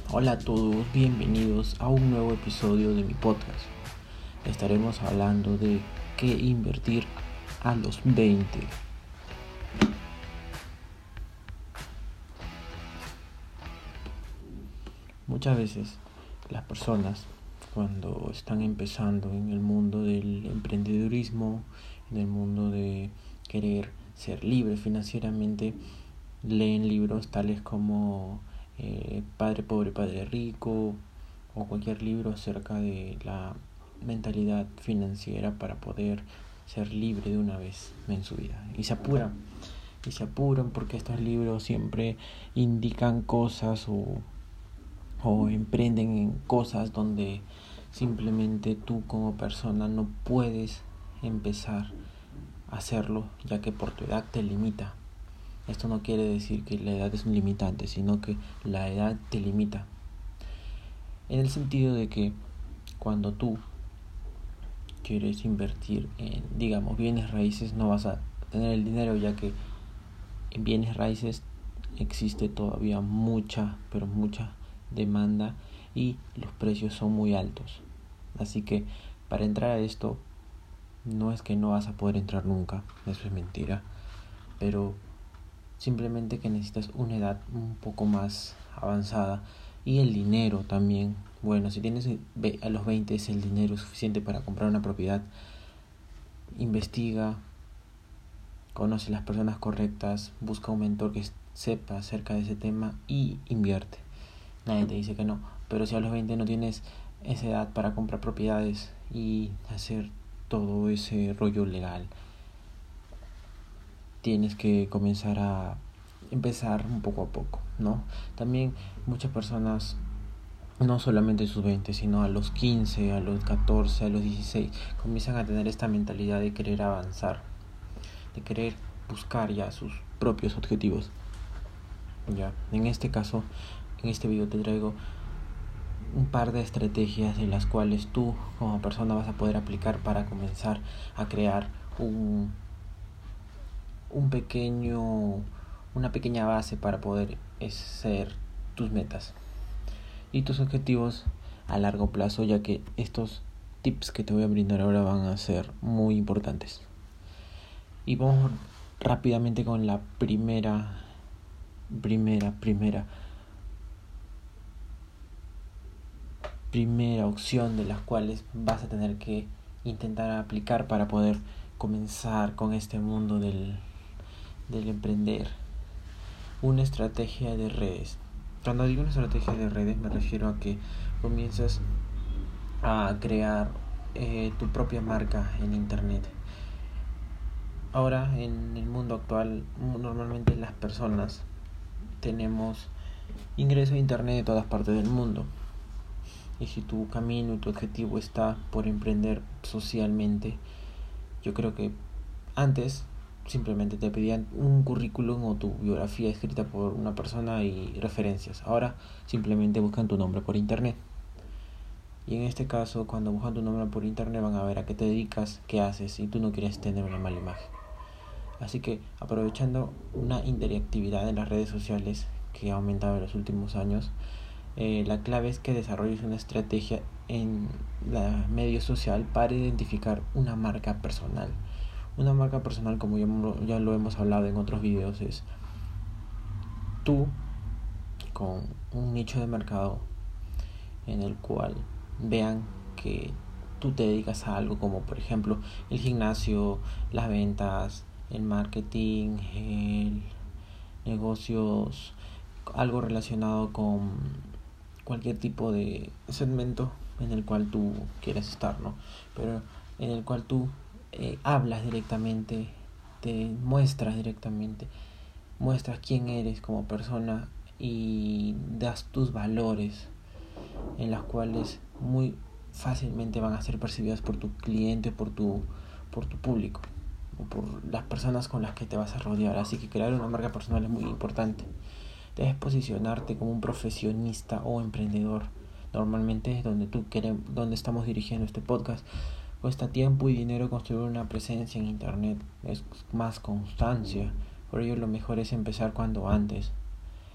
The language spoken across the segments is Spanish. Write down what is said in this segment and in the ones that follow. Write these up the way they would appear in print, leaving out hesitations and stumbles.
Hola a todos, bienvenidos a un nuevo episodio de mi podcast. Estaremos hablando de qué invertir a los 20. Muchas veces las personas cuando están empezando en el mundo del emprendedurismo, en el mundo de querer ser libre financieramente, leen libros tales como Padre Pobre, Padre Rico o cualquier libro acerca de la mentalidad financiera para poder ser libre de una vez en su vida. Y se apuran porque estos libros siempre indican cosas o emprenden en cosas donde simplemente tú como persona no puedes empezar a hacerlo, ya que por tu edad te limita. Esto no quiere decir que la edad es un limitante, sino que la edad te limita. En el sentido de que cuando tú quieres invertir en, digamos, bienes raíces, no vas a tener el dinero, ya que en bienes raíces existe todavía mucha demanda y los precios son muy altos. Así que para entrar a esto, no es que no vas a poder entrar nunca, eso es mentira, pero simplemente que necesitas una edad un poco más avanzada y el dinero también. Bueno, si tienes a los 20 es el dinero suficiente para comprar una propiedad, investiga, conoce las personas correctas, busca un mentor que sepa acerca de ese tema y invierte. Nadie te dice que no, pero si a los 20 no tienes esa edad para comprar propiedades y hacer todo ese rollo legal, tienes que empezar un poco a poco, ¿no? También muchas personas, no solamente a sus 20, sino a los 15, a los 14, a los 16, comienzan a tener esta mentalidad de querer avanzar, de querer buscar ya sus propios objetivos. Ya, en este caso, en este video te traigo un par de estrategias de las cuales tú como persona vas a poder aplicar para comenzar a crear una pequeña base para poder ser tus metas y tus objetivos a largo plazo, ya que estos tips que te voy a brindar ahora van a ser muy importantes. Y vamos rápidamente con la primera opción de las cuales vas a tener que intentar aplicar para poder comenzar con este mundo del emprender. Una estrategia de redes. Cuando digo una estrategia de redes me refiero a que comienzas a crear tu propia marca en internet. Ahora en el mundo actual normalmente las personas tenemos ingreso a internet de todas partes del mundo, y si tu camino y tu objetivo está por emprender socialmente, yo creo que antes simplemente te pedían un currículum o tu biografía escrita por una persona y referencias. Ahora simplemente buscan tu nombre por internet. Y en este caso, cuando buscan tu nombre por internet, van a ver a qué te dedicas, qué haces, y tú no quieres tener una mala imagen. Así que, aprovechando una interactividad en las redes sociales que ha aumentado en los últimos años, la clave es que desarrolles una estrategia en la medio social para identificar una marca personal. Una marca personal, como ya lo hemos hablado en otros videos, es tú con un nicho de mercado en el cual vean que tú te dedicas a algo, como por ejemplo el gimnasio, las ventas, el marketing, el negocios, algo relacionado con cualquier tipo de segmento en el cual tú quieras estar, ¿no? Pero en el cual tú hablas directamente, te muestras directamente, muestras quién eres como persona y das tus valores, en las cuales muy fácilmente van a ser percibidas por tu cliente, por tu público o por las personas con las que te vas a rodear. Así que crear una marca personal es muy importante. Debes posicionarte como un profesionista o emprendedor. Normalmente es donde estamos dirigiendo este podcast. Cuesta tiempo y dinero construir una presencia en internet, es más constancia. Por ello lo mejor es empezar cuanto antes.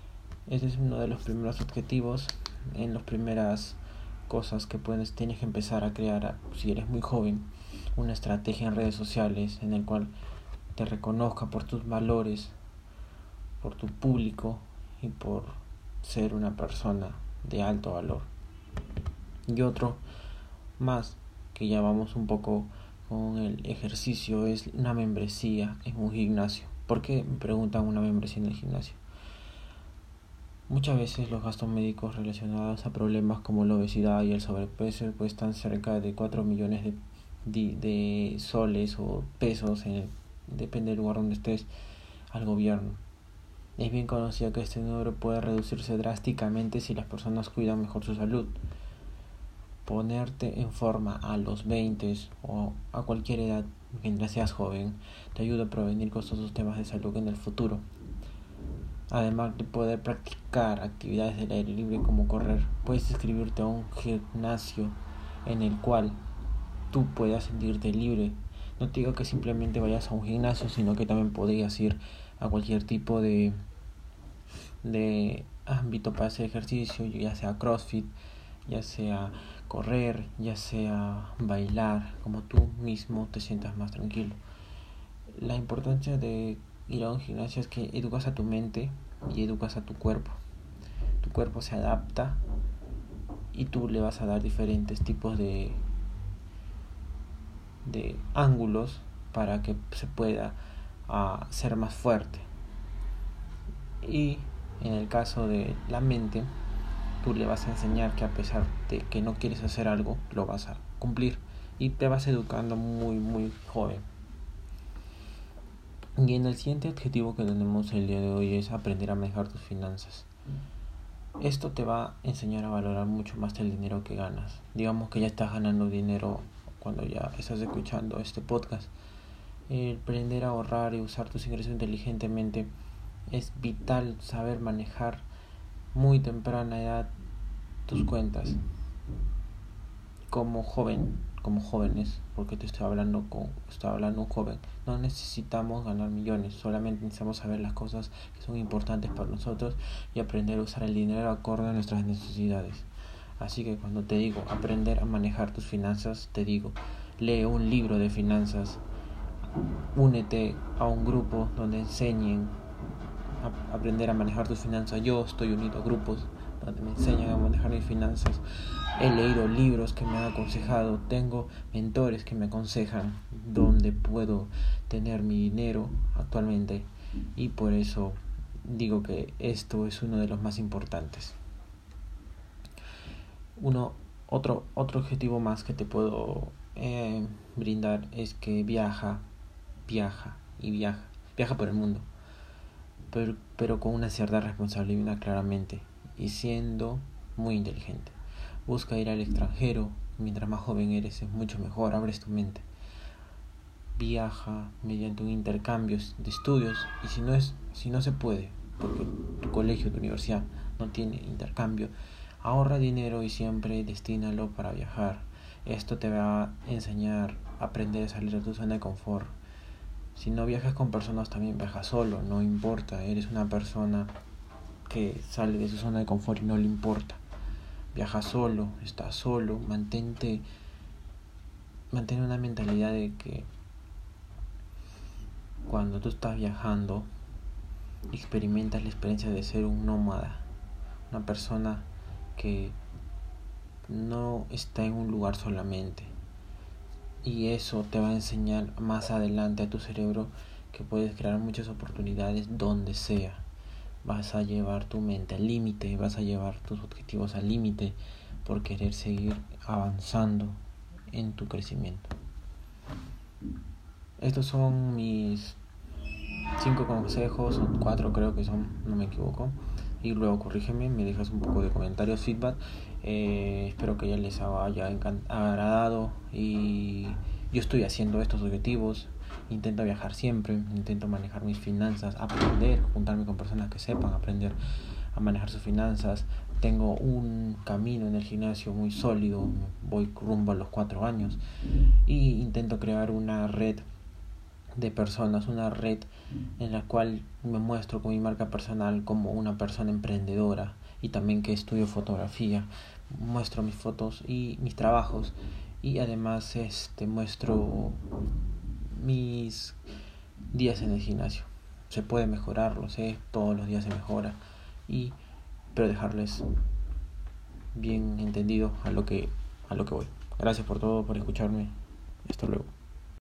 Ese es uno de los primeros objetivos, en las primeras cosas que tienes que empezar a crear, si eres muy joven, una estrategia en redes sociales en el cual te reconozca por tus valores, por tu público y por ser una persona de alto valor. Y otro más, que ya vamos un poco con el ejercicio, es una membresía en un gimnasio. ¿Por qué me preguntan una membresía en el gimnasio? Muchas veces los gastos médicos relacionados a problemas como la obesidad y el sobrepeso cuestan cerca de 4 millones de soles o pesos, depende del lugar donde estés, al gobierno. Es bien conocido que este número puede reducirse drásticamente si las personas cuidan mejor su salud. Ponerte en forma a los 20 o a cualquier edad, mientras seas joven, te ayuda a prevenir costosos temas de salud en el futuro. Además de poder practicar actividades del aire libre como correr, puedes inscribirte a un gimnasio en el cual tú puedas sentirte libre. No te digo que simplemente vayas a un gimnasio, sino que también podrías ir a cualquier tipo de ámbito para hacer ejercicio, ya sea CrossFit, ya sea correr, ya sea bailar, como tú mismo te sientas más tranquilo. La importancia de ir a un gimnasio es que educas a tu mente y educas a tu cuerpo. Tu cuerpo se adapta y tú le vas a dar diferentes tipos de ángulos para que se pueda ser más fuerte. Y en el caso de la mente, tú le vas a enseñar que a pesar de que no quieres hacer algo, lo vas a cumplir y te vas educando muy muy joven. Y en el siguiente objetivo que tenemos el día de hoy es aprender a manejar tus finanzas. Esto te va a enseñar a valorar mucho más el dinero que ganas. Digamos que ya estás ganando dinero cuando ya estás escuchando este podcast. El aprender a ahorrar y usar tus ingresos inteligentemente es vital. Saber manejar muy temprana edad tus cuentas como jóvenes, porque estoy hablando un joven. No necesitamos ganar millones, solamente necesitamos saber las cosas que son importantes para nosotros y aprender a usar el dinero acorde a nuestras necesidades. Así que cuando te digo aprender a manejar tus finanzas, te digo, lee un libro de finanzas, únete a un grupo donde enseñen a aprender a manejar tus finanzas. Yo estoy unido a grupos donde me enseñan a manejar mis finanzas. He leído libros que me han aconsejado, tengo mentores que me aconsejan dónde puedo tener mi dinero actualmente, y por eso digo que esto es uno de los más importantes. Otro objetivo más que te puedo brindar es que viaja por el mundo, pero con una cierta responsabilidad, claramente, y siendo muy inteligente. Busca ir al extranjero. Mientras más joven eres es mucho mejor, abres tu mente. Viaja mediante un intercambio de estudios, y si no se puede porque tu colegio, tu universidad no tiene intercambio, ahorra dinero y siempre destínalo para viajar. Esto te va a enseñar a aprender a salir de tu zona de confort. Si no viajas con personas, también viaja solo, no importa. Eres una persona que sale de su zona de confort y no le importa. Viaja solo, estás solo, mantén una mentalidad de que cuando tú estás viajando, experimentas la experiencia de ser un nómada, una persona que no está en un lugar solamente. Y eso te va a enseñar más adelante a tu cerebro que puedes crear muchas oportunidades donde sea. Vas a llevar tu mente al límite, vas a llevar tus objetivos al límite por querer seguir avanzando en tu crecimiento. Estos son mis 5 consejos, o 4 creo que son, no me equivoco. Y luego corrígeme, me dejas un poco de comentarios, feedback. Espero que ya les haya agradado. Y yo estoy haciendo estos objetivos. Intento viajar siempre, intento manejar mis finanzas, aprender, juntarme con personas que sepan aprender a manejar sus finanzas. Tengo un camino en el gimnasio muy sólido, voy rumbo a los 4 años, y intento crear una red de personas, una red en la cual me muestro con mi marca personal como una persona emprendedora y también que estudio fotografía. Muestro mis fotos y mis trabajos y además muestro mis días en el gimnasio. Se puede mejorar, lo sé, todos los días se mejora, y pero dejarles bien entendido a lo que voy. Gracias por todo, por escucharme. Hasta luego.